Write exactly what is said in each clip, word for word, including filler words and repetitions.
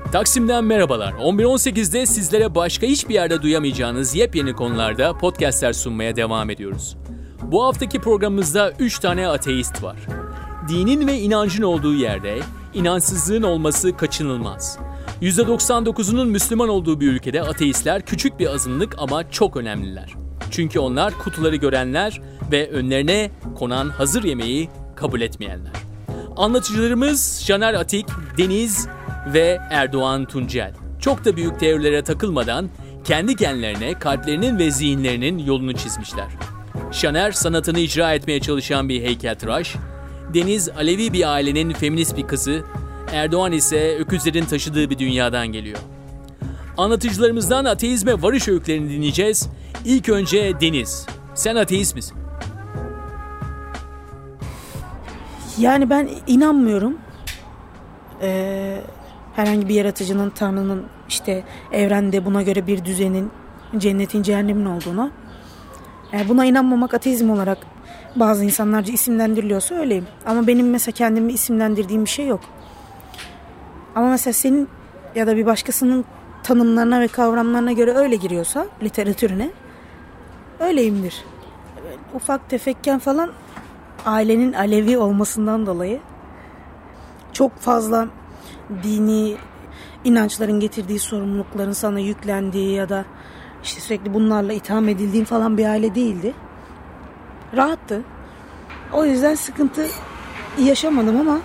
Taksim'den merhabalar. on bir on sekizde sizlere başka hiçbir yerde duyamayacağınız yepyeni konularda podcastler sunmaya devam ediyoruz. Bu haftaki programımızda üç tane ateist var. Dinin ve inancın olduğu yerde inançsızlığın olması kaçınılmaz. yüzde doksan dokuzunun Müslüman olduğu bir ülkede ateistler küçük bir azınlık ama çok önemliler. Çünkü onlar kutuları görenler ve önlerine konan hazır yemeği kabul etmeyenler. Anlatıcılarımız Caner Atik, Deniz ve Erdoğan Tuncel. Çok da büyük teorilere takılmadan kendi kendilerine kalplerinin ve zihinlerinin yolunu çizmişler. Caner sanatını icra etmeye çalışan bir heykeltıraş, Deniz Alevi bir ailenin feminist bir kızı, Erdoğan ise öküzlerin taşıdığı bir dünyadan geliyor. Anlatıcılarımızdan ateizme varış öykülerini dinleyeceğiz. İlk önce Deniz, sen ateist misin? Yani ben inanmıyorum. Ee, herhangi bir yaratıcının, Tanrı'nın, işte evrende buna göre bir düzenin, cennetin, cehennemin olduğuna. Yani buna inanmamak ateizm olarak bazı insanlarca isimlendiriliyorsa öyleyim. Ama benim mesela kendimi isimlendirdiğim bir şey yok. Ama mesela senin ya da bir başkasının tanımlarına ve kavramlarına göre öyle giriyorsa literatürüne, öyleyimdir. Ufak tefekken falan ailenin Alevi olmasından dolayı çok fazla dini inançların getirdiği sorumlulukların sana yüklendiği ya da işte sürekli bunlarla itham edildiğin falan bir aile değildi. Rahattı. O yüzden sıkıntı yaşamadım ama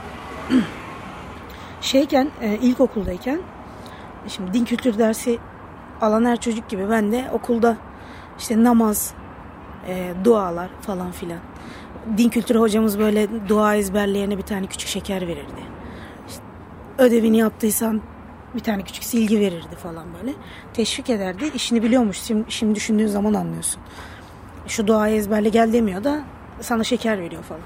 şeyken, ilkokuldayken şimdi din kültür dersi alan her çocuk gibi ben de okulda işte namaz, dualar falan filan. Din kültürü hocamız böyle dua ezberleyene bir tane küçük şeker verirdi. İşte ödevini yaptıysan bir tane küçük silgi verirdi falan böyle. Teşvik ederdi. İşini biliyormuş. Şimdi, şimdi düşündüğün zaman anlıyorsun. Şu duayı ezberle gel demiyor da sana şeker veriyor falan.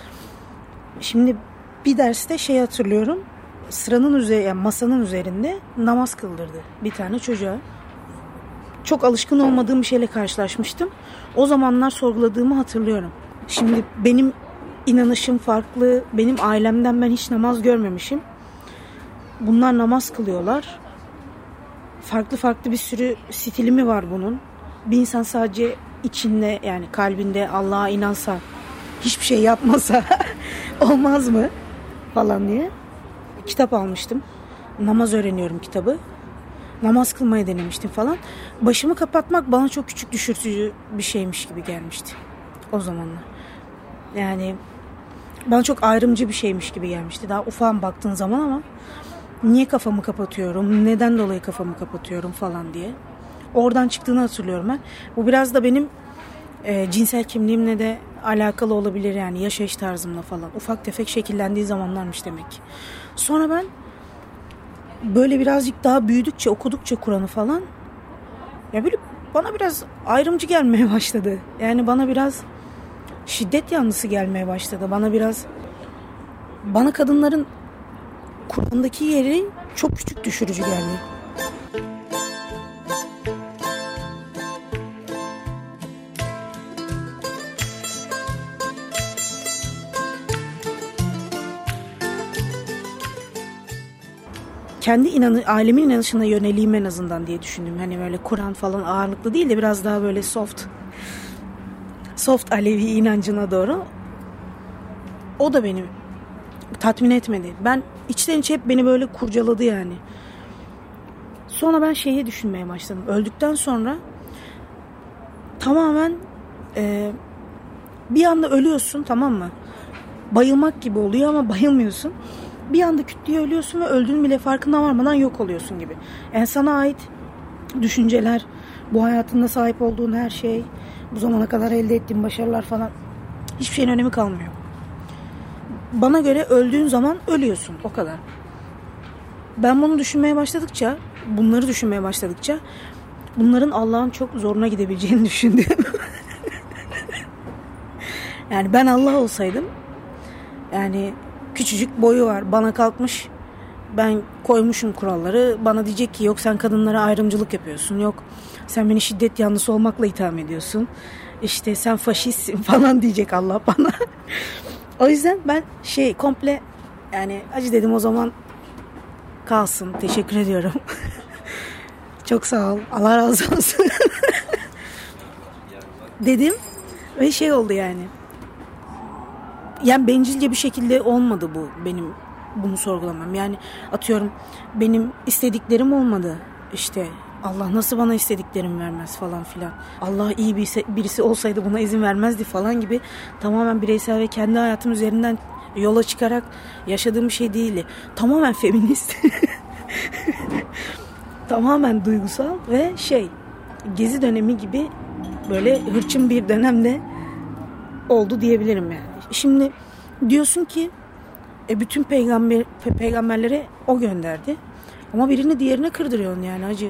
Şimdi bir derste şey hatırlıyorum. Sıranın üzerinde, yani masanın üzerinde namaz kıldırdı bir tane çocuğa. Çok alışkın olmadığım bir şeyle karşılaşmıştım. O zamanlar sorguladığımı hatırlıyorum. Şimdi benim inanışım farklı. Benim ailemden ben hiç namaz görmemişim. Bunlar namaz kılıyorlar. Farklı farklı bir sürü stili mi var bunun? Bir insan sadece içinde, yani kalbinde Allah'a inansa, hiçbir şey yapmasa olmaz mı? Falan diye. Kitap almıştım. Namaz öğreniyorum kitabı. Namaz kılmayı denemiştim falan. Başımı kapatmak bana çok küçük düşürtücü bir şeymiş gibi gelmişti o zamanlar. Yani bana çok ayrımcı bir şeymiş gibi gelmişti. Daha ufağım baktığın zaman ama niye kafamı kapatıyorum, neden dolayı kafamı kapatıyorum falan diye. Oradan çıktığını hatırlıyorum ben. Bu biraz da benim e, cinsel kimliğimle de alakalı olabilir, yani yaşayış tarzımla falan. Ufak tefek şekillendiği zamanlarmış demek ki. Sonra ben böyle birazcık daha büyüdükçe, okudukça Kur'an'ı falan, ya böyle bana biraz ayrımcı gelmeye başladı. Yani bana biraz şiddet yanlısı gelmeye başladı. Bana biraz, bana kadınların Kur'an'daki yeri çok küçük düşürücü geldi. Kendi inanı, ailemin inanışına yöneleyim en azından diye düşündüm. Hani böyle Kur'an falan ağırlıklı değil de biraz daha böyle soft, soft Alevi inancına doğru. O da beni tatmin etmedi. Ben içten içe hep beni böyle kurcaladı yani. Sonra ben şeyi düşünmeye başladım. Öldükten sonra tamamen e, bir anda ölüyorsun, tamam mı? Bayılmak gibi oluyor ama bayılmıyorsun. Bir anda küt diye ölüyorsun ve öldüğün bile farkına varmadan yok oluyorsun gibi. Yani sana ait düşünceler, bu hayatında sahip olduğun her şey, bu zamana kadar elde ettiğin başarılar falan, hiçbir şeyin önemi kalmıyor. Bana göre öldüğün zaman ölüyorsun, o kadar. Ben bunu düşünmeye başladıkça, bunları düşünmeye başladıkça bunların Allah'ın çok zoruna gidebileceğini düşündüm. Yani ben Allah olsaydım, yani küçücük boyu var, bana kalkmış, ben koymuşum kuralları, bana diyecek ki yok sen kadınlara ayrımcılık yapıyorsun, yok sen beni şiddet yanlısı olmakla itham ediyorsun, işte sen faşistsin falan diyecek Allah bana. O yüzden ben şey komple, yani acı dedim o zaman kalsın. Teşekkür ediyorum. Çok sağ ol. Allah razı olsun. Dedim ve şey oldu yani. Yani bencilce bir şekilde olmadı bu benim bunu sorgulamam. Yani atıyorum benim istediklerim olmadı. İşte Allah nasıl bana istediklerimi vermez falan filan. Allah iyi birisi, birisi olsaydı buna izin vermezdi falan gibi tamamen bireysel ve kendi hayatım üzerinden yola çıkarak yaşadığım bir şey değildi. Tamamen feminist. Tamamen duygusal ve şey Gezi dönemi gibi böyle hırçın bir dönemde oldu diyebilirim yani. Şimdi diyorsun ki e, bütün peygamber pe- peygamberlere o gönderdi. Ama birini diğerine kırdırıyorsun yani acı.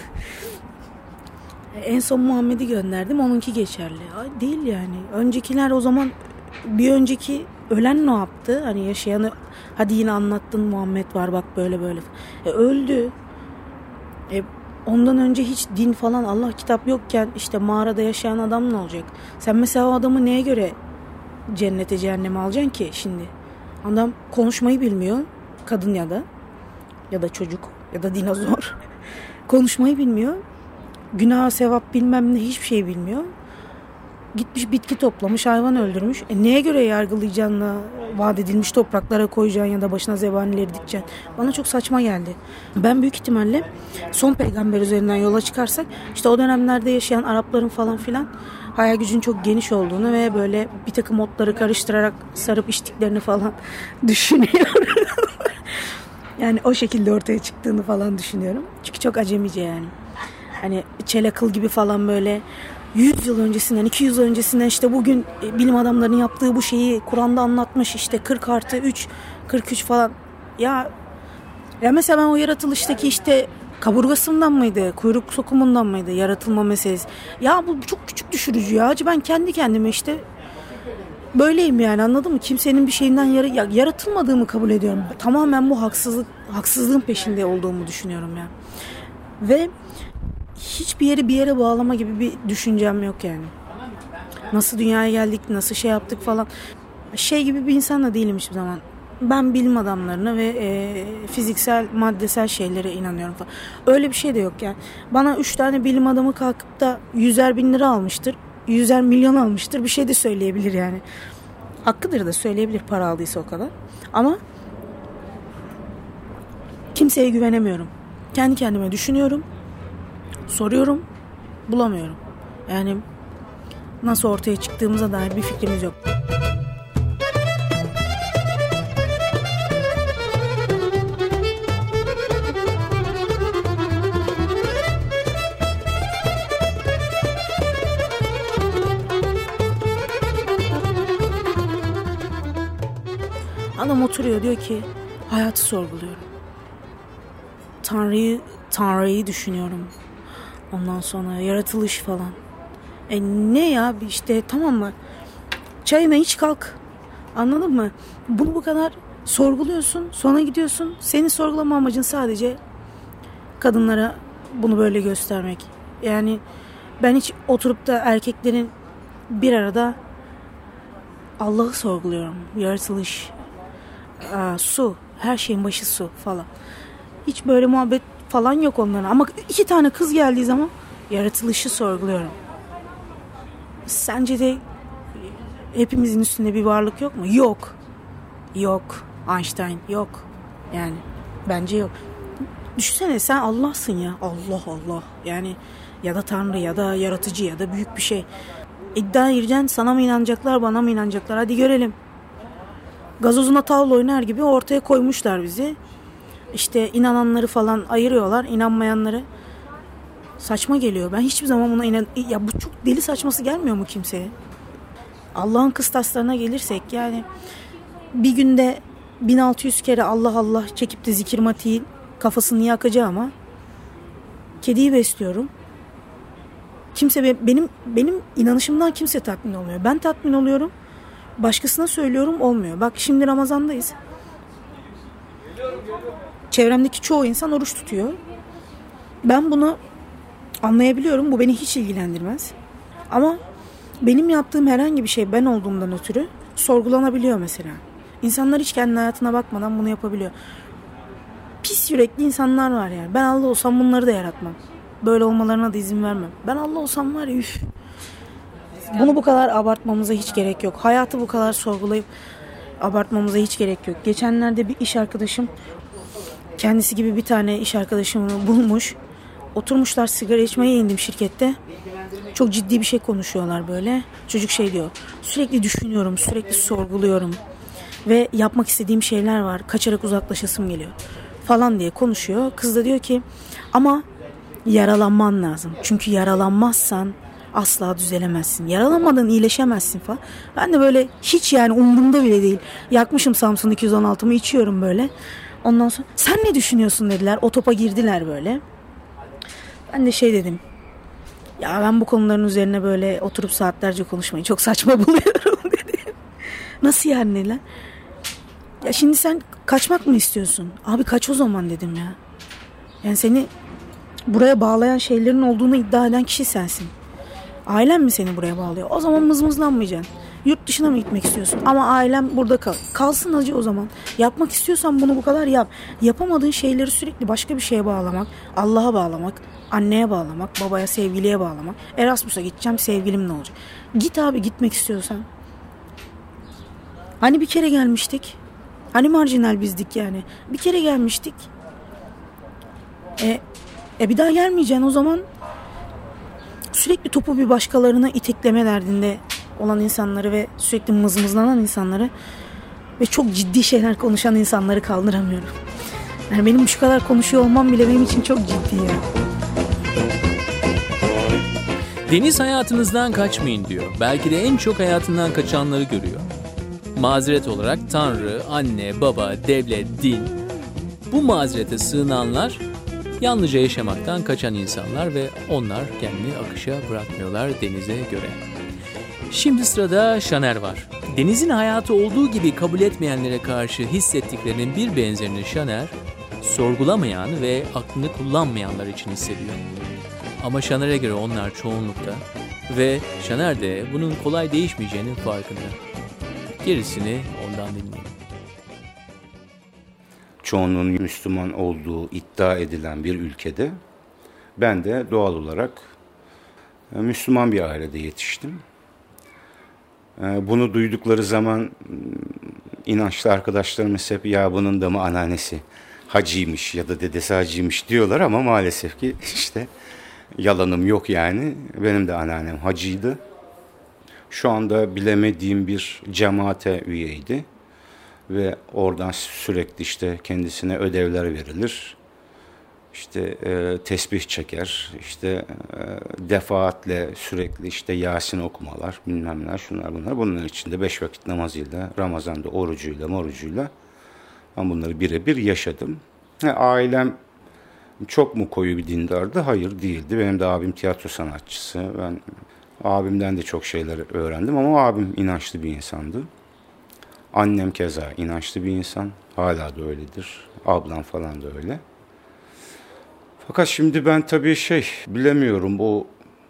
En son Muhammed'i gönderdim, onunki geçerli. Ay, değil yani. Öncekiler o zaman bir önceki ölen ne yaptı? Hani yaşayanı hadi yine anlattın, Muhammed var bak böyle böyle. E, öldü. E, ondan önce hiç din falan Allah kitap yokken işte mağarada yaşayan adam ne olacak? Sen mesela o adamı neye göre cennete cehenneme alacaksın ki şimdi? Adam konuşmayı bilmiyor. Kadın ya da ya da çocuk ya da dinozor. Konuşmayı bilmiyor. Günah, sevap bilmem ne hiçbir şey bilmiyor. Gitmiş bitki toplamış, hayvan öldürmüş. E neye göre yargılayacağını, vaat edilmiş topraklara koyacaksın ya da başına zebanileri dikeceksin? Bana çok saçma geldi. Ben büyük ihtimalle son peygamber üzerinden yola çıkarsak işte o dönemlerde yaşayan Arapların falan filan hayal gücünün çok geniş olduğunu ve böyle bir takım otları karıştırarak sarıp içtiklerini falan düşünüyorum. Yani o şekilde ortaya çıktığını falan düşünüyorum. Çünkü çok acemice yani. Hani çelakıl gibi falan böyle yüz yıl öncesinden, iki yüz yıl öncesinden işte bugün bilim adamlarının yaptığı bu şeyi Kur'an'da anlatmış işte kırk artı üç, kırk üç falan. Ya ya mesela ben o yaratılıştaki işte kaburgasından mıydı, kuyruk sokumundan mıydı yaratılma meselesi. Ya bu çok küçük düşürücü ya. Ben kendi kendime işte böyleyim yani, anladın mı? Kimsenin bir şeyinden yara, ya, yaratılmadığımı kabul ediyorum. Tamamen bu haksızlık haksızlığın peşinde olduğumu düşünüyorum ya. Ve hiçbir yeri bir yere bağlama gibi bir düşüncem yok yani. Nasıl dünyaya geldik, nasıl şey yaptık falan. Şey gibi bir insan da değilim hiçbir zaman. Ben bilim adamlarına ve e, fiziksel, maddesel şeylere inanıyorum falan. Öyle bir şey de yok yani. Bana üç tane bilim adamı kalkıp da yüzer bin lira almıştır, yüzer milyon almıştır, bir şey de söyleyebilir yani. Hakkıdır da söyleyebilir, para aldıysa o kadar. Ama kimseye güvenemiyorum. Kendi kendime düşünüyorum. Soruyorum, bulamıyorum. Yani nasıl ortaya çıktığımıza dair bir fikrimiz yok. Adam oturuyor diyor ki hayatı sorguluyorum. Tanrı'yı, Tanrı'yı düşünüyorum. Ondan sonra yaratılış falan. E ne ya işte, tamam mı? Çayına iç kalk. Anladın mı? Bunu bu kadar sorguluyorsun. Sonra gidiyorsun. Senin sorgulama amacın sadece kadınlara bunu böyle göstermek. Yani ben hiç oturup da erkeklerin bir arada Allah'ı sorguluyorum. Yaratılış, aa, su, her şeyin başı su falan. Hiç böyle muhabbet falan yok onların. Ama iki tane kız geldiği zaman yaratılışı sorguluyorum. Sence de hepimizin üstünde bir varlık yok mu? Yok. Yok. Einstein yok. Yani bence yok. Düşünsene, sen Allah'sın ya. Allah Allah. Yani ya da Tanrı ya da yaratıcı ya da büyük bir şey. İddia gireceksin, sana mı inanacaklar, bana mı inanacaklar? Hadi görelim. Gazozuna tavla oynar gibi ortaya koymuşlar bizi. İşte inananları falan ayırıyorlar, inanmayanları. Saçma geliyor. Ben hiçbir zaman buna inan... Ya bu çok deli saçması gelmiyor mu kimseye? Allah'ın kıstaslarına gelirsek yani bir günde bin altı yüz kere Allah Allah çekip de zikir matiği kafasını yakacağım ama kediyi besliyorum. Kimse be, benim benim inanışımdan kimse tatmin olmuyor. Ben tatmin oluyorum. Başkasına söylüyorum, olmuyor. Bak şimdi Ramazan'dayız. Çevremdeki çoğu insan oruç tutuyor. Ben bunu anlayabiliyorum. Bu beni hiç ilgilendirmez. Ama benim yaptığım herhangi bir şey ben olduğumdan ötürü sorgulanabiliyor mesela. İnsanlar hiç kendi hayatına bakmadan bunu yapabiliyor. Pis pis yürekli insanlar var yani. Ben Allah olsam bunları da yaratmam. Böyle olmalarına da izin vermem. Ben Allah olsam var ya üf. Bunu bu kadar abartmamıza hiç gerek yok. Hayatı bu kadar sorgulayıp abartmamıza hiç gerek yok. Geçenlerde bir iş arkadaşım, kendisi gibi bir tane iş arkadaşımı bulmuş. Oturmuşlar, sigara içmeye indim şirkette. Çok ciddi bir şey konuşuyorlar böyle. Çocuk şey diyor. Sürekli düşünüyorum, sürekli sorguluyorum. Ve yapmak istediğim şeyler var. Kaçarak uzaklaşasım geliyor falan diye konuşuyor. Kız da diyor ki ama yaralanman lazım. Çünkü yaralanmazsan asla düzelemezsin. Yaralanmadan iyileşemezsin falan. Ben de böyle hiç yani umurumda bile değil. Yakmışım Samsun iki yüz on altımı, içiyorum böyle. Ondan sonra sen ne düşünüyorsun dediler. O topa girdiler böyle. Ben de şey dedim. Ya ben bu konuların üzerine böyle oturup saatlerce konuşmayı çok saçma buluyorum dedim. Nasıl yani lan? Ya şimdi sen kaçmak mı istiyorsun? Abi kaç o zaman dedim ya. Yani seni buraya bağlayan şeylerin olduğunu iddia eden kişi sensin. Ailen mi seni buraya bağlıyor? O zaman mızmızlanmayacaksın. Yurt dışına mı gitmek istiyorsun? Ama ailem burada kal. Kalsın acı o zaman. Yapmak istiyorsan bunu bu kadar yap. Yapamadığın şeyleri sürekli başka bir şeye bağlamak, Allah'a bağlamak, anneye bağlamak, babaya, sevgiliye bağlamak. Erasmus'a gideceğim, sevgilim ne olacak? Git abi, gitmek istiyorsan. Hani bir kere gelmiştik. Hani marjinal bizdik yani. Bir kere gelmiştik. E, e bir daha gelmeyeceksin o zaman. Sürekli topu bir başkalarına itekleme derdinde olan insanları ve sürekli mızmızlanan insanları ve çok ciddi şeyler konuşan insanları kaldıramıyorum. Yani benim şu kadar konuşuyor olmam bile benim için çok ciddi ya. Deniz hayatınızdan kaçmayın diyor. Belki de en çok hayatından kaçanları görüyor. Mazeret olarak Tanrı, anne, baba, devlet, din. Bu mazerete sığınanlar yalnızca yaşamaktan kaçan insanlar ve onlar kendini akışa bırakmıyorlar denize göre. Şimdi sırada Şaner var. Deniz'in hayatı olduğu gibi kabul etmeyenlere karşı hissettiklerinin bir benzerini Şaner, sorgulamayan ve aklını kullanmayanlar için hissediyor. Ama Şaner'e göre onlar çoğunlukta ve Şaner de bunun kolay değişmeyeceğinin farkında. Gerisini ondan dinleyelim. Çoğunluğun Müslüman olduğu iddia edilen bir ülkede ben de doğal olarak Müslüman bir ailede yetiştim. Bunu duydukları zaman inançlı arkadaşlarımız hep ya bunun da mı anneannesi hacıymış ya da dedesi hacıymış diyorlar ama maalesef ki işte yalanım yok yani. Benim de anneannem hacıydı. Şu anda bilemediğim bir cemaate üyeydi. Ve oradan sürekli işte kendisine ödevler verilir. İşte e, tesbih çeker, işte e, defaatle sürekli işte Yasin okumalar, bilmem neler, şunlar bunlar. Bunların içinde beş vakit namazıyla, Ramazan'da orucuyla, morucuyla ben bunları birebir yaşadım. Ha, ailem çok mu koyu bir dindardı? Hayır, değildi. Benim de abim tiyatro sanatçısı. Ben abimden de çok şeyler öğrendim ama abim inançlı bir insandı. Annem keza inançlı bir insan. Hala da öyledir. Ablam falan da öyle. Fakat şimdi ben tabii şey bilemiyorum. O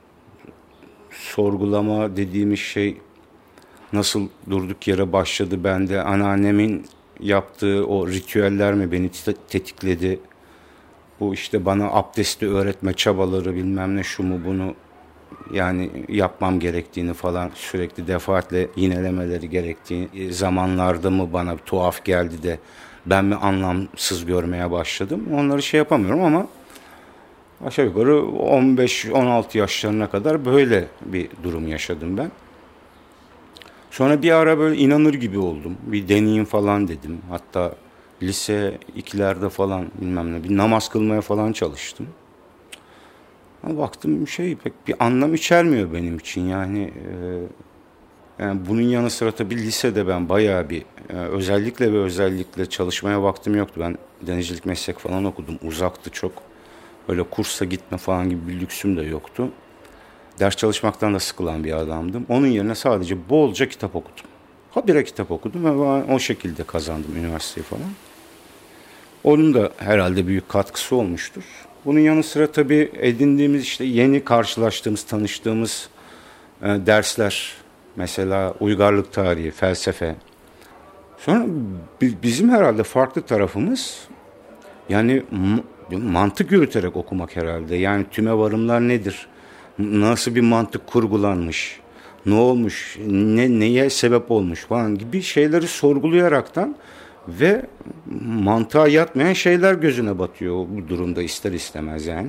sorgulama dediğimiz şey nasıl durduk yere başladı bende. Anneannemin yaptığı o ritüeller mi beni tetikledi? Bu işte bana abdesti öğretme çabaları bilmem ne şu mu bunu yani yapmam gerektiğini falan sürekli defaatle yinelemeleri gerektiği zamanlarda mı bana bir tuhaf geldi de ben mi anlamsız görmeye başladım. Onları şey yapamıyorum ama aşağı yukarı on beş on altı yaşlarına kadar böyle bir durum yaşadım ben. Sonra bir ara böyle inanır gibi oldum. Bir deneyeyim falan dedim. Hatta lise ikilerde falan bilmem ne bir namaz kılmaya falan çalıştım. Ama baktım şey pek bir anlam içermiyor benim için yani, e, yani bunun yanı sıra tabii lisede ben bayağı bir e, özellikle ve özellikle çalışmaya vaktim yoktu. Ben denizcilik meslek falan okudum, uzaktı çok, öyle kursa gitme falan gibi bir lüksüm de yoktu. Ders çalışmaktan da sıkılan bir adamdım. Onun yerine sadece bolca kitap okudum. Habire kitap okudum ve ben o şekilde kazandım üniversiteyi falan. Onun da herhalde büyük katkısı olmuştur. Bunun yanı sıra tabii edindiğimiz işte yeni karşılaştığımız, tanıştığımız e, dersler. Mesela uygarlık tarihi, felsefe. Sonra bizim herhalde farklı tarafımız Yani mantık yürüterek okumak herhalde. Yani tümevarımlar nedir? Nasıl bir mantık kurgulanmış? Ne olmuş? Ne, neye sebep olmuş falan gibi şeyleri sorgulayaraktan ve mantığa yatmayan şeyler gözüne batıyor bu durumda ister istemez yani.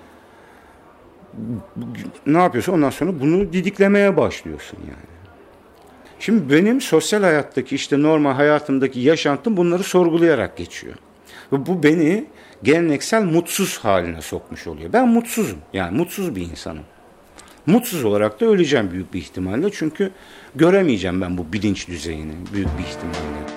Ne yapıyorsun? Ondan sonra bunu didiklemeye başlıyorsun yani. Şimdi benim sosyal hayattaki işte normal hayatımdaki yaşantım bunları sorgulayarak geçiyor. Ve bu beni geleneksel mutsuz haline sokmuş oluyor. Ben mutsuzum. Yani mutsuz bir insanım. Mutsuz olarak da öleceğim büyük bir ihtimalle. Çünkü göremeyeceğim ben bu bilinç düzeyini büyük bir ihtimalle.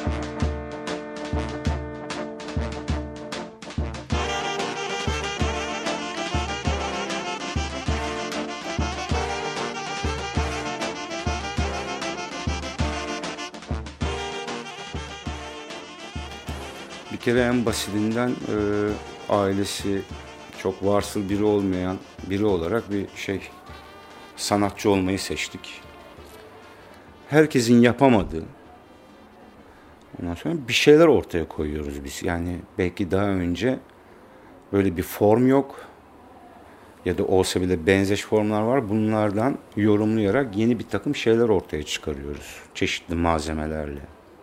Bir kere en basitinden e, ailesi çok varsıl biri olmayan biri olarak bir şey sanatçı olmayı seçtik. Herkesin yapamadığı, ondan sonra bir şeyler ortaya koyuyoruz biz. Yani belki daha önce böyle bir form yok ya da olsa bile benzeş formlar var. Bunlardan yorumlayarak yeni bir takım şeyler ortaya çıkarıyoruz çeşitli malzemelerle.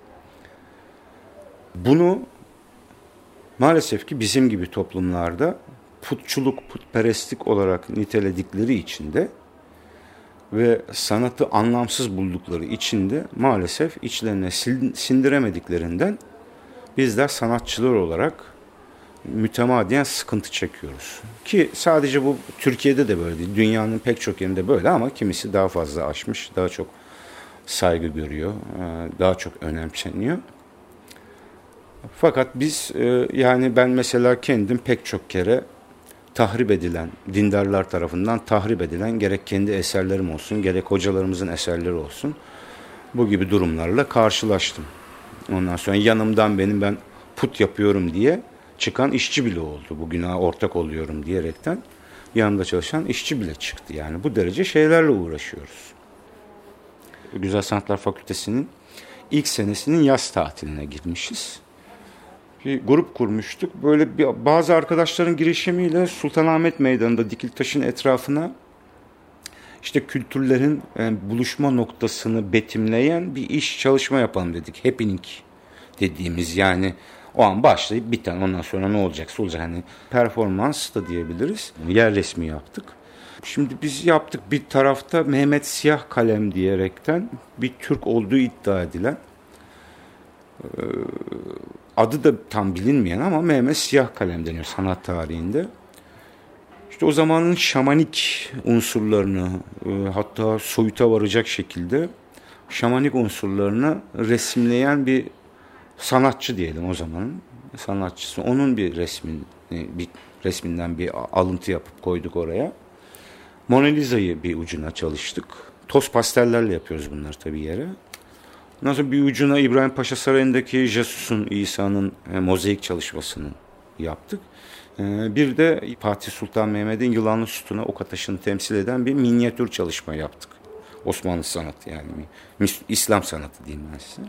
Bunu maalesef ki bizim gibi toplumlarda putçuluk, putperestlik olarak niteledikleri için de ve sanatı anlamsız buldukları için de maalesef içlerine sindiremediklerinden bizler sanatçılar olarak mütemadiyen sıkıntı çekiyoruz. Ki sadece bu Türkiye'de de böyle değil, dünyanın pek çok yerinde böyle ama kimisi daha fazla aşmış, daha çok saygı görüyor, daha çok önemseniyor. Fakat biz yani ben mesela kendim pek çok kere tahrip edilen, dindarlar tarafından tahrip edilen gerek kendi eserlerim olsun, gerek hocalarımızın eserleri olsun bu gibi durumlarla karşılaştım. Ondan sonra yanımdan benim ben put yapıyorum diye çıkan işçi bile oldu. Bu günaha ortak oluyorum diyerekten yanında çalışan işçi bile çıktı. Yani bu derece şeylerle uğraşıyoruz. Güzel Sanatlar Fakültesi'nin ilk senesinin yaz tatiline girmişiz. Bir grup kurmuştuk. Böyle bir, bazı arkadaşların girişimiyle Sultanahmet Meydanı'nda Dikiltaş'ın etrafına işte kültürlerin yani buluşma noktasını betimleyen bir iş çalışma yapalım dedik. Happening dediğimiz yani o an başlayıp biten ondan sonra ne olacaksa olacak. Hani performans da diyebiliriz. Yer resmi yaptık. Şimdi biz yaptık bir tarafta Mehmet Siyah Kalem diyerekten bir Türk olduğu iddia edilen e, adı da tam bilinmeyen ama Mehmet Siyah Kalem deniyor sanat tarihinde. İşte o zamanın şamanik unsurlarını e, hatta soyuta varacak şekilde şamanik unsurlarını resimleyen bir sanatçı diyelim o zamanın sanatçısı. Onun bir resmin bir resminden bir alıntı yapıp koyduk oraya. Mona Lisa'yı bir ucuna çalıştık. Toz pastellerle yapıyoruz bunları tabii yere. Ondan sonra bir ucuna İbrahim Paşa Sarayı'ndaki Jesus'un, İsa'nın e, mozaik çalışmasını yaptık. E, bir de Fatih Sultan Mehmet'in Yılanlı Sütun'a ok ataşını temsil eden bir minyatür çalışma yaptık. Osmanlı sanatı yani. İslam sanatı diyeyim ben size.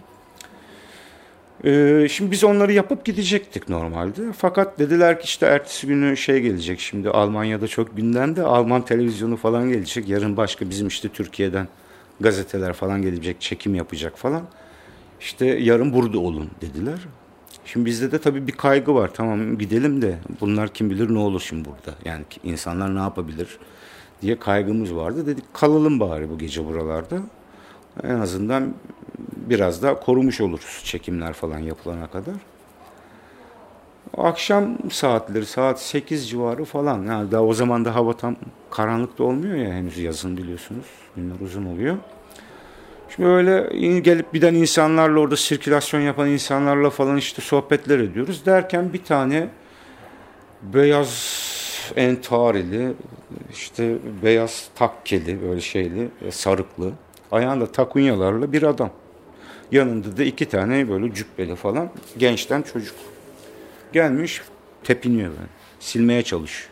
E, şimdi biz onları yapıp gidecektik normalde. Fakat dediler ki işte ertesi günü şey gelecek şimdi Almanya'da çok gündemde. Alman televizyonu falan gelecek. Yarın başka bizim işte Türkiye'den gazeteler falan gelecek, çekim yapacak falan. İşte yarın burada olun dediler. Şimdi bizde de tabii bir kaygı var. Tamam gidelim de bunlar kim bilir ne olur şimdi burada. Yani insanlar ne yapabilir diye kaygımız vardı. Dedik kalalım bari bu gece buralarda. En azından biraz daha korumuş oluruz çekimler falan yapılana kadar. Akşam saatleri saat sekiz civarı falan. Yani daha o zaman da hava tam karanlık da olmuyor ya henüz yazın biliyorsunuz. Günler uzun oluyor. Şimdi öyle gelip giden insanlarla orada sirkülasyon yapan insanlarla falan işte sohbetler ediyoruz. Derken bir tane beyaz entarili işte beyaz takkeli böyle şeyli sarıklı ayağında takunyalarla bir adam. Yanında da iki tane böyle cübbeli falan gençten çocuk. Gelmiş tepiniyor ben. Silmeye çalışıyor.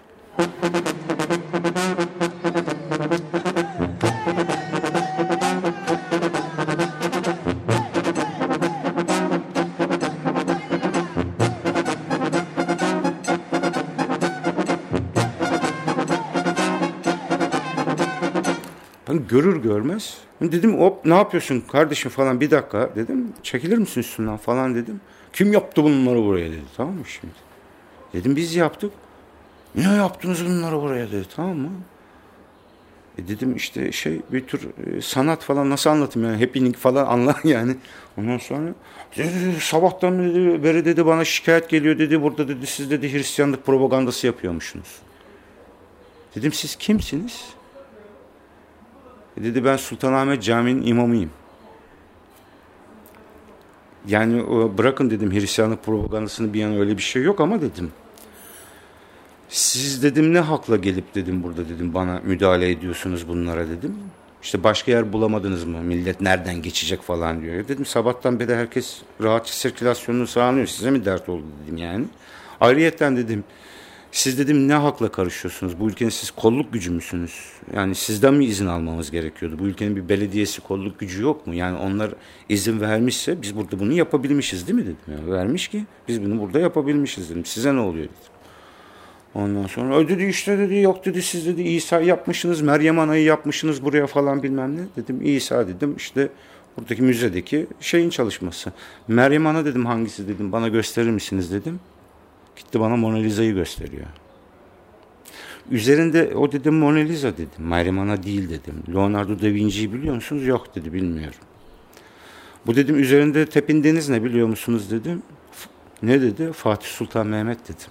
Ben görür görmez dedim hop ne yapıyorsun kardeşim falan bir dakika dedim. Çekilir misin üstünden falan dedim. Kim yaptı bunları buraya dedi, tamam mı şimdi? Dedim biz yaptık. Ne yaptınız bunları buraya dedi, tamam mı? E dedim işte şey bir tür e, sanat falan nasıl anlatayım yani happening falan anla yani. Ondan sonra dedi, sabahtan dedi, beri dedi bana şikayet geliyor dedi burada dedi siz dedi Hristiyanlık propagandası yapıyormuşsunuz. Dedim siz kimsiniz? E dedi ben Sultanahmet Camii'nin imamıyım. Yani o, bırakın dedim Hristiyanlık propagandasını bir yana öyle bir şey yok ama dedim. Siz dedim ne hakla gelip dedim burada dedim bana müdahale ediyorsunuz bunlara dedim. İşte başka yer bulamadınız mı? Millet nereden geçecek falan diyor. Dedim sabahtan beri herkes rahatça sirkülasyonunu sağlıyor. Size mi dert oldu dedim yani. Ayrıyetten dedim siz dedim ne hakla karışıyorsunuz? Bu ülkenin siz kolluk gücü müsünüz? Yani sizden mi izin almamız gerekiyordu? Bu ülkenin bir belediyesi kolluk gücü yok mu? Yani onlar izin vermişse biz burada bunu yapabilmişiz değil mi dedim. Yani vermiş ki biz bunu burada yapabilmişiz dedim. Size ne oluyor dedim. Ondan sonra o dedi işte dedi yok dedi siz dedi İsa yapmışsınız, Meryem Ana'yı yapmışsınız buraya falan bilmem ne. Dedim İsa dedim işte buradaki müzedeki şeyin çalışması. Meryem Ana dedim hangisi dedim bana gösterir misiniz dedim. Gitti bana Mona Lisa'yı gösteriyor. Üzerinde o dedim Mona Lisa dedim. Meryem Ana değil dedim. Leonardo da Vinci'yi biliyor musunuz? Yok dedi bilmiyorum. Bu dedim üzerinde tepindeniz ne biliyor musunuz dedim. Ne dedi? Fatih Sultan Mehmet dedim.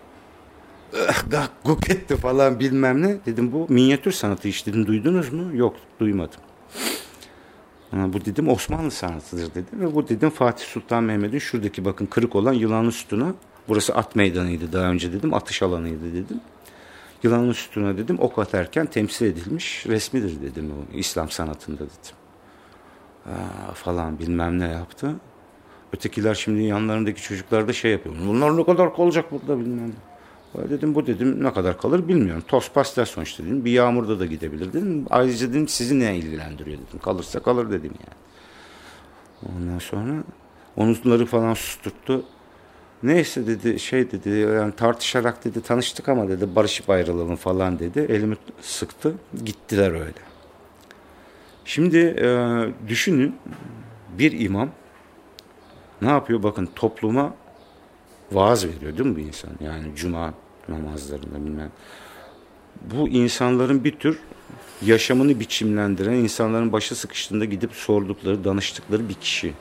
Guk etti falan bilmem ne. Dedim bu minyatür sanatı iş dedim. Duydunuz mu? Yok duymadım. Ha, bu dedim Osmanlı sanatıdır dedi. Ve bu dedim Fatih Sultan Mehmet'in şuradaki bakın kırık olan yılanlı sütuna. Burası at meydanıydı daha önce dedim. Atış alanıydı dedim. Yılanlı sütuna dedim ok atarken temsil edilmiş resmidir dedim o İslam sanatında dedim. Ha, falan bilmem ne yaptı. Ötekiler şimdi yanlarındaki çocuklar da şey yapıyor. Bunlar ne kadar kalacak burada bilmem ne. Dedim bu dedim ne kadar kalır bilmiyorum. Toz pastel sonuçta dedim. Bir yağmurda da gidebilir dedim. Ayrıca dedim sizi ne ilgilendiriyor dedim. Kalırsa kalır dedim yani. Ondan sonra onları falan susturttu. Neyse dedi şey dedi yani tartışarak dedi tanıştık ama dedi barışıp ayrılalım falan dedi. Elimi sıktı. Gittiler öyle. Şimdi e, düşünün bir imam ne yapıyor bakın topluma vaaz veriyor değil mi bu insan? Yani cuma namazlarında bilmem. Bu insanların bir tür yaşamını biçimlendiren, insanların başı sıkıştığında gidip sordukları, danıştıkları bir kişi.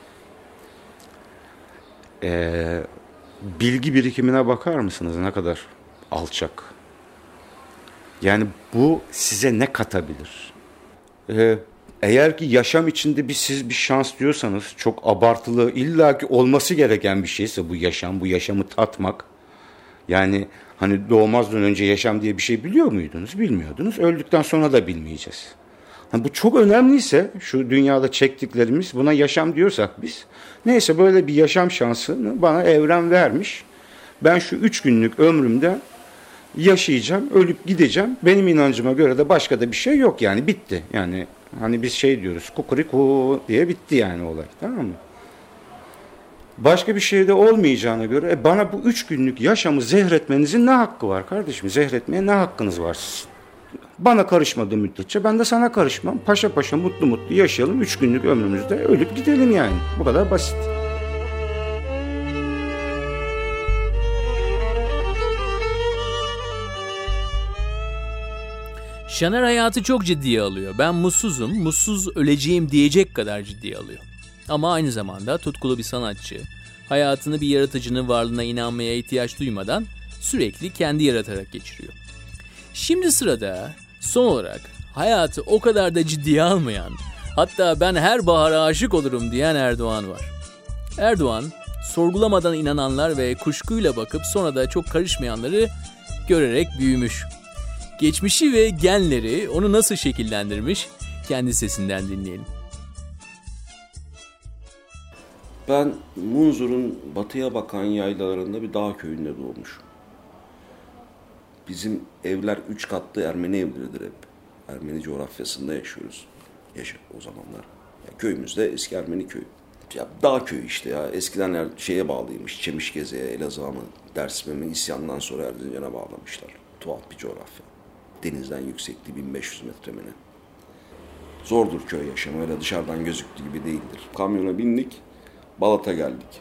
Ee, bilgi birikimine bakar mısınız? Ne kadar alçak. Yani bu size ne katabilir? Ee, eğer ki yaşam içinde bir siz bir şans diyorsanız çok abartılı illaki olması gereken bir şeyse bu yaşam, bu yaşamı tatmak. Yani hani doğmazdan önce yaşam diye bir şey biliyor muydunuz? Bilmiyordunuz. Öldükten sonra da bilmeyeceğiz. Yani bu çok önemliyse şu dünyada çektiklerimiz buna yaşam diyorsak biz. Neyse böyle bir yaşam şansını bana evren vermiş. Ben şu üç günlük ömrümde yaşayacağım, ölüp gideceğim. Benim inancıma göre de başka da bir şey yok yani bitti. Yani hani biz şey diyoruz kukuriku diye bitti yani olay tamam mı? Başka bir şey de olmayacağına göre e bana bu üç günlük yaşamı zehretmenizin ne hakkı var kardeşim? Zehretmeye ne hakkınız var sizin? Bana karışmadığı müddetçe ben de sana karışmam. Paşa paşa mutlu mutlu yaşayalım. Üç günlük ömrümüzde ölüp gidelim yani. Bu kadar basit. Şaner hayatı çok ciddiye alıyor. Ben mutsuzum, mutsuz öleceğim diyecek kadar ciddiye alıyor. Ama aynı zamanda tutkulu bir sanatçı, hayatını bir yaratıcının varlığına inanmaya ihtiyaç duymadan sürekli kendi yaratarak geçiriyor. Şimdi sırada son olarak hayatı o kadar da ciddiye almayan, hatta ben her bahara aşık olurum diyen Erdoğan var. Erdoğan, sorgulamadan inananlar ve kuşkuyla bakıp sonra da çok karışmayanları görerek büyümüş. Geçmişi ve genleri onu nasıl şekillendirmiş kendi sesinden dinleyelim. Ben Munzur'un batıya bakan yaylalarında bir dağ köyünde doğmuşum. Bizim evler üç katlı Ermeni evleridir hep. Ermeni coğrafyasında yaşıyoruz. Yaşa o zamanlar. Ya köyümüzde eski Ermeni köyü. Ya dağ köyü işte ya. Eskiden şeye bağlıymış. Çemişgeze'ye, Elazığ'a mı, Dersim'e isyandan sonra Erzincan'a bağlamışlar. Tuhaf bir coğrafya. Denizden yüksekliği bin beş yüz metre mi ne? Zordur köy yaşamı, öyle dışarıdan gözüktüğü gibi değildir. Kamyona bindik, Balat'a geldik.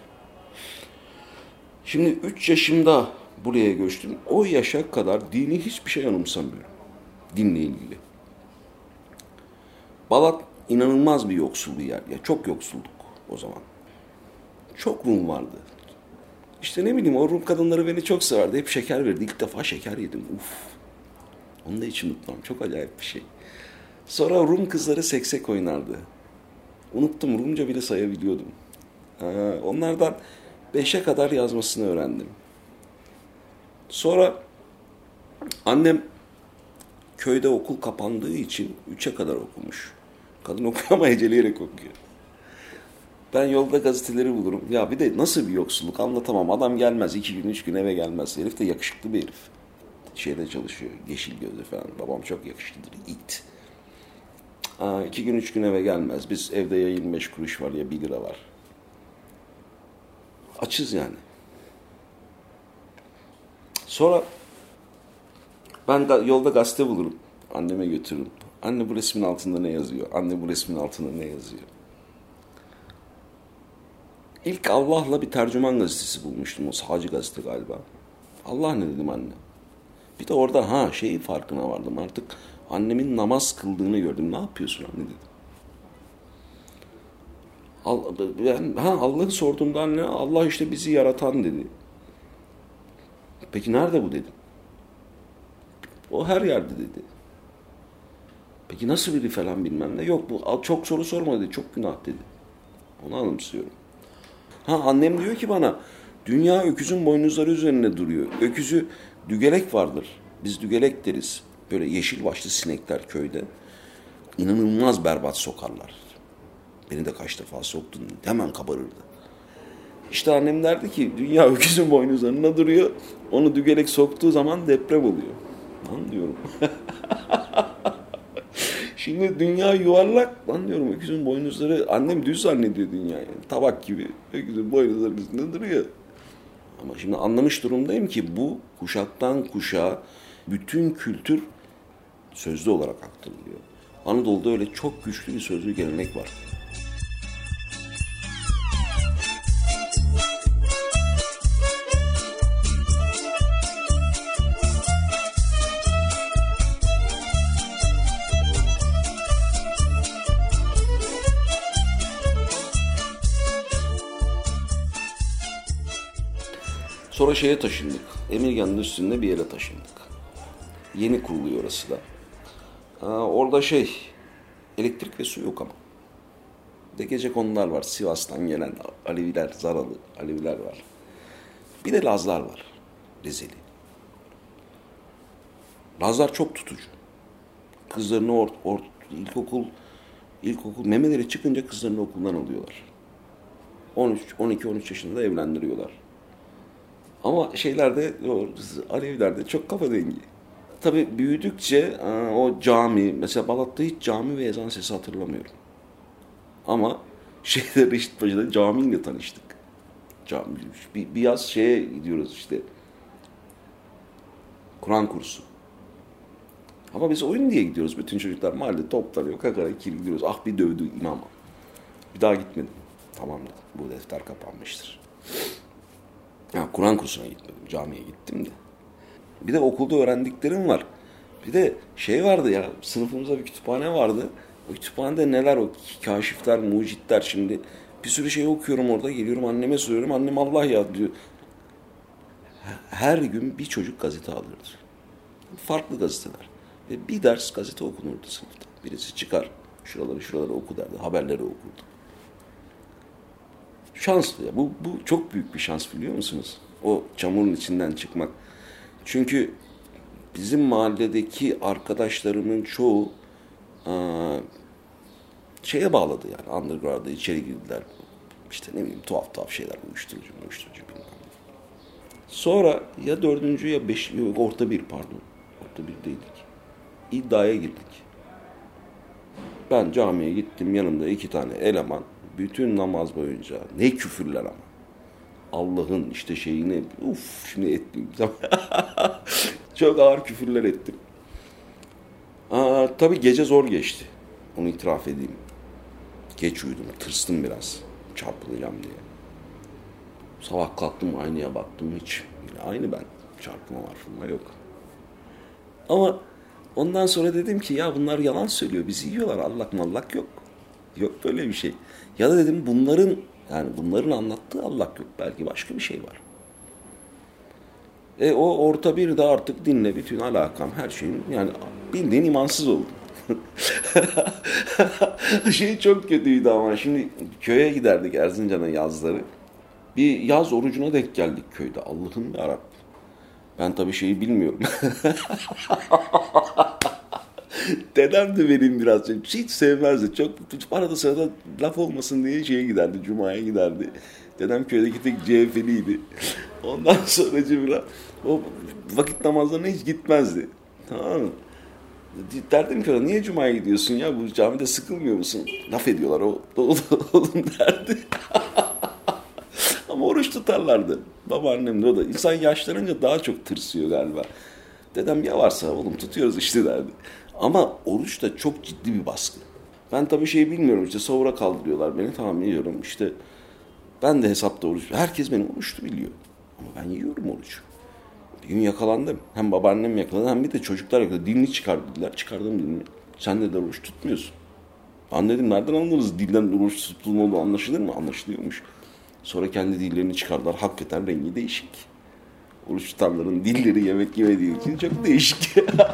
Şimdi üç yaşımda buraya göçtüm. O yaşa kadar dini hiçbir şey anımsamıyorum. Dinle ilgili. Balat inanılmaz bir yoksul bir yer. Ya çok yoksulduk o zaman. Çok Rum vardı. İşte ne bileyim o Rum kadınları beni çok severdi. Hep şeker verdi. İlk defa şeker yedim. Uf. Onu da hiç unutmam. Çok acayip bir şey. Sonra Rum kızları seksek oynardı. Unuttum. Rumca bile sayabiliyordum. Ee, onlardan beşe kadar yazmasını öğrendim. Sonra annem köyde okul kapandığı için üçe kadar okumuş. Kadın okuyor ama heceleyerek okuyor. Ben yolda gazeteleri bulurum. Ya bir de nasıl bir yoksulluk anlatamam. Adam gelmez. iki gün, üç gün eve gelmez. Herif de yakışıklı bir herif. Şeyde çalışıyor. Yeşil gözlü falan. Babam çok yakışıklıdır. İt. Aa, iki gün, üç gün eve gelmez. Biz evde ya yirmi beş kuruş var ya bir lira var. Açız yani. Sonra ben da yolda gazete bulurum. Anneme götürürüm. Anne bu resmin altında ne yazıyor? Anne bu resmin altında ne yazıyor? İlk Allah'la bir tercüman gazetesi bulmuştum. O sağcı gazete galiba. Allah ne dedim anne. Bir de orada ha şeyin farkına vardım. Artık annemin namaz kıldığını gördüm. Ne yapıyorsun anne dedim. Ben, ha, Allah'ı sorduğumda anne Allah işte bizi yaratan dedi. Peki nerede bu dedim. O her yerde dedi. Peki nasıl biri falan bilmem ne. Yok bu çok soru sorma dedi. Çok günah dedi. Onu anımsıyorum. Ha annem diyor ki bana dünya öküzün boynuzları üzerine duruyor. Öküzü dügelek vardır. Biz dügelek deriz. Böyle yeşil başlı sinekler köyde. İnanılmaz berbat sokarlar. Beni de kaç defa soktun. Hemen kabarırdı. İşte annem derdi ki dünya öküzün boynuzlarına duruyor. Onu dügelek soktuğu zaman deprem oluyor. Lan diyorum. Şimdi dünya yuvarlak. Lan diyorum öküzün boynuzları. Annem düz zannediyor dünyayı. Tabak gibi. Öküzün boynuzları üstünde duruyor. Ama şimdi anlamış durumdayım ki bu kuşaktan kuşağa bütün kültür sözlü olarak aktarılıyor. Anadolu'da öyle çok güçlü bir sözlü gelenek var. Sonra şeye taşındık. Emirgan'ın üstünde bir yere taşındık. Yeni kuruluyor orası da. Aa, orada şey, elektrik ve su yok ama. Bir de gecekondular var. Sivas'tan gelen Aleviler, Zaralı Aleviler var. Bir de Lazlar var. Rizeli. Lazlar çok tutucu. Kızlarını or, or, ilkokul, ilkokul memeleri çıkınca kızlarını okuldan alıyorlar. on üç, on iki, on üç yaşında evlendiriyorlar. Ama şeylerde, o Alevilerde çok kafa dengi. Tabii büyüdükçe o cami, mesela Balat'ta hiç cami ve ezan sesi hatırlamıyorum. Ama şeyde Reşitpaşa'da camiyle tanıştık. Cami, bir, bir yaz şeye gidiyoruz işte. Kur'an kursu. Ama biz oyun diye gidiyoruz. Bütün çocuklar mahallede toplanıyor. Kakara ikili gidiyoruz. Ah bir dövdü imama. Bir daha gitmedim. Tamam dedim. Bu defter kapanmıştır. Ya, Kur'an kursuna gitmedim. Camiye gittim de. Bir de okulda öğrendiklerim var. Bir de şey vardı ya. Sınıfımızda bir kütüphane vardı. O kütüphanede neler o kaşifler, mucitler şimdi. Bir sürü şey okuyorum orada. Geliyorum anneme soruyorum. Annem Allah ya diyor. Her gün bir çocuk gazete alırdı. Farklı gazeteler. Ve bir ders gazete okunurdu sınıfta. Birisi çıkar. Şuraları şuraları oku derdi. Haberleri okurdu. Şanslı ya. Bu, bu çok büyük bir şans biliyor musunuz? O çamurun içinden çıkmak. Çünkü bizim mahalledeki arkadaşlarımın çoğu aa, şeye bağladı yani. Underground'a içeri girdiler. İşte ne bileyim tuhaf tuhaf şeyler. Uyuşturucu, uyuşturucu bilmem. Sonra ya dördüncü ya beş, yok orta bir pardon. Orta birdeydik. İddiaya girdik. Ben camiye gittim. Yanımda iki tane eleman. Bütün namaz boyunca ne küfürler ama. Allah'ın işte şeyini uf şimdi ettim. Çok ağır küfürler ettim. Aa, tabii gece zor geçti. Onu itiraf edeyim. Geç uyudum, tırstım biraz. Çarpılacağım diye. Sabah kalktım, aynaya baktım, hiç. Yine aynı ben. Çarpma var, yok. Ama ondan sonra dedim ki ya bunlar yalan söylüyor, bizi yiyorlar, allak mallak yok. Yok böyle bir şey. Ya da dedim bunların, yani bunların anlattığı allak yok, belki başka bir şey var. E o orta bir de artık dinle bütün alakam, her şeyim, yani bildiğin imansız oldum. Şey çok kötüydü ama şimdi köye giderdik Erzincan'a yazları. Bir yaz orucuna denk geldik köyde. Allah'ım yarabbim. Ben tabii şeyi bilmiyorum. Dedem de benim biraz hiç sevmezdi. Çok arada sırada laf olmasın diye şeye giderdi. Cuma'ya giderdi. Dedem köydeki tek C H P'liydi. Ondan sonra biraz o vakit namazlarına hiç gitmezdi. Tamam mı? Derdim ki niye Cuma'ya gidiyorsun ya, bu camide sıkılmıyor musun? Laf ediyorlar o oğlum derdi. Ama oruç tutarlardı. Babaannem de o da. İnsan yaşlanınca daha çok tırsıyor galiba. Dedem ya varsa oğlum tutuyoruz işte derdi. Ama oruç da çok ciddi bir baskı. Ben tabii şey bilmiyorum, işte sahura kaldırıyorlar beni, tamam yiyorum işte. Ben de hesapta oruç. Herkes benim oruçlu biliyor. Ama ben yiyorum oruç. Bir gün yakalandım. Hem babaannem yakaladı hem bir de çocuklar yakaladı. Dilini çıkar dediler. Çıkardım dilini. Sen de oruç tutmuyorsun. Ben dedim nereden anlarız? Dilden oruç tutulmalı anlaşılır mı? Anlaşılıyormuş. Sonra kendi dillerini çıkardılar. Hakikaten rengi değişik. Oruç tutanların dilleri yemek yemediği için çok değişik.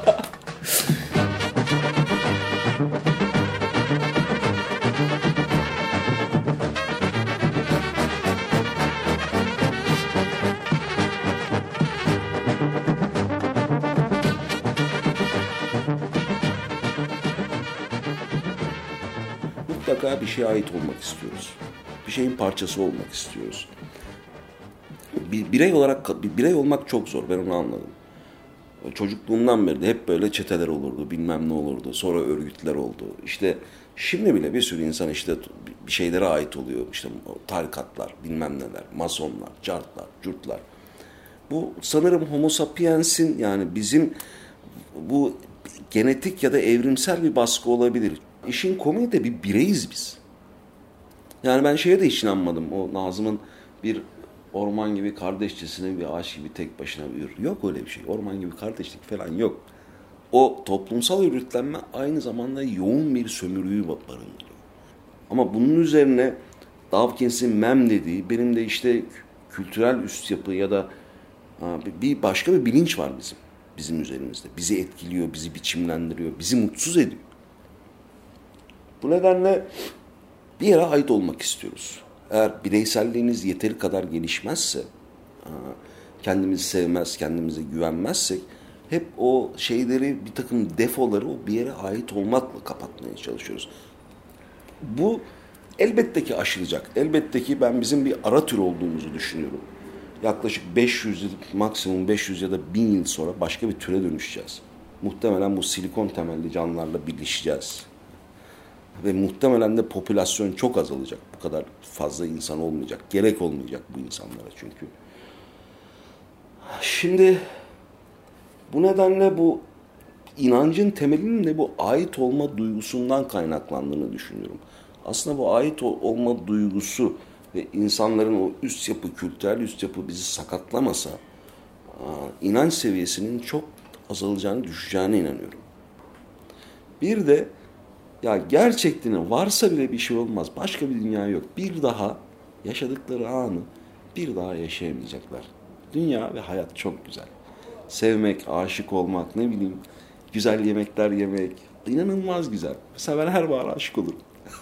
Mutlaka bir şeye ait olmak istiyoruz. Bir şeyin parçası olmak istiyoruz. Bir birey olarak bir birey olmak çok zor. Ben onu anladım. Çocukluğumdan beri de hep böyle çeteler olurdu, bilmem ne olurdu. Sonra örgütler oldu. İşte şimdi bile bir sürü insan işte bir şeylere ait oluyor. İşte tarikatlar, bilmem neler, masonlar, cartlar, curtlar. Bu sanırım Homo sapiens'in, yani bizim bu genetik ya da evrimsel bir baskı olabilir. İşin komiği de bir bireyiz biz. Yani ben şeye de hiç inanmadım. O Nazım'ın bir orman gibi kardeşçesine, bir ağaç gibi tek başına büyür. Yok öyle bir şey. Orman gibi kardeşlik falan yok. O toplumsal örgütlenme aynı zamanda yoğun bir sömürüyü barındırıyor. Ama bunun üzerine Dawkins'in mem dediği, benim de işte kültürel üst yapı ya da bir başka bir bilinç var bizim. Bizim üzerimizde. Bizi etkiliyor, bizi biçimlendiriyor, bizi mutsuz ediyor. Bu nedenle bir yere ait olmak istiyoruz. Eğer bireyselliğimiz yeteri kadar gelişmezse, kendimizi sevmez, kendimize güvenmezsek, hep o şeyleri, bir takım defoları o bir yere ait olmakla kapatmaya çalışıyoruz. Bu elbette ki aşılacak. Elbette ki ben bizim bir ara tür olduğumuzu düşünüyorum. Yaklaşık beş yüz yıl, maksimum beş yüz ya da bin yıl sonra başka bir türe dönüşeceğiz. Muhtemelen bu silikon temelli canlılarla birleşeceğiz. Ve muhtemelen de popülasyon çok azalacak. Bu kadar fazla insan olmayacak. Gerek olmayacak bu insanlara çünkü. Şimdi bu nedenle bu inancın temelinin de bu ait olma duygusundan kaynaklandığını düşünüyorum. Aslında bu ait olma duygusu ve insanların o üst yapı, kültürel üst yapı bizi sakatlamasa, inanç seviyesinin çok azalacağını, düşeceğine inanıyorum. Bir de ya gerçekten varsa bile bir şey olmaz. Başka bir dünya yok. Bir daha yaşadıkları anı bir daha yaşayamayacaklar. Dünya ve hayat çok güzel. Sevmek, aşık olmak, ne bileyim, güzel yemekler yemek inanılmaz güzel. Mesela ben her bahar aşık olurum.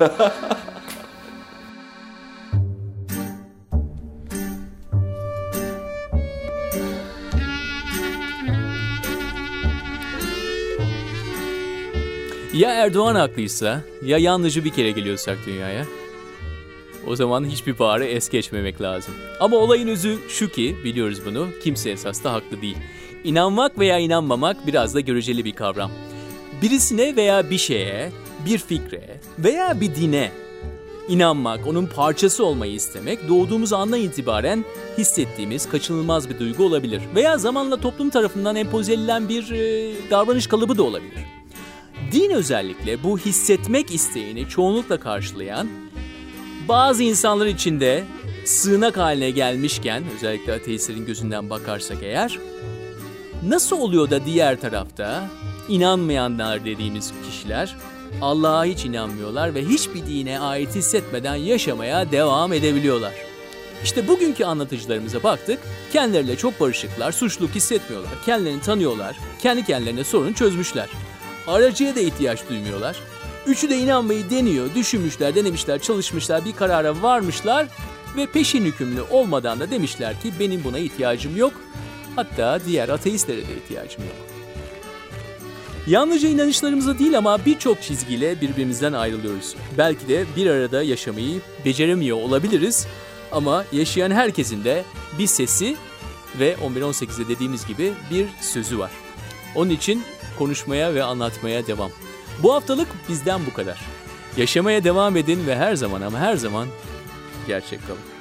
Ya Erdoğan haklıysa, ya yalnızca bir kere geliyorsak dünyaya, o zaman hiçbir baharı es geçmemek lazım. Ama olayın özü şu ki, biliyoruz bunu, kimse esas da haklı değil. İnanmak veya inanmamak biraz da göreceli bir kavram. Birisine veya bir şeye, bir fikre veya bir dine inanmak, onun parçası olmayı istemek, doğduğumuz andan itibaren hissettiğimiz kaçınılmaz bir duygu olabilir. Veya zamanla toplum tarafından empoze edilen bir e, davranış kalıbı da olabilir. Din özellikle bu hissetmek isteğini çoğunlukla karşılayan, bazı insanlar için de sığınak haline gelmişken, özellikle ateistlerin gözünden bakarsak eğer, nasıl oluyor da diğer tarafta inanmayanlar dediğimiz kişiler Allah'a hiç inanmıyorlar ve hiçbir dine ait hissetmeden yaşamaya devam edebiliyorlar? İşte bugünkü anlatıcılarımıza baktık, kendileriyle çok barışıklar, suçluluk hissetmiyorlar, kendilerini tanıyorlar, kendi kendilerine sorun çözmüşler. Aracıya da ihtiyaç duymuyorlar. Üçü de inanmayı deniyor, düşünmüşler, denemişler, çalışmışlar, bir karara varmışlar ve peşin hükümlü olmadan da demişler ki benim buna ihtiyacım yok, hatta diğer ateistlere de ihtiyacım yok. Yalnızca inanışlarımıza değil ama birçok çizgiyle birbirimizden ayrılıyoruz. Belki de bir arada yaşamayı beceremiyor olabiliriz ama yaşayan herkesin de bir sesi ve on bir on sekizde dediğimiz gibi bir sözü var. Onun için konuşmaya ve anlatmaya devam. Bu haftalık bizden bu kadar. Yaşamaya devam edin ve her zaman ama her zaman gerçek kalın.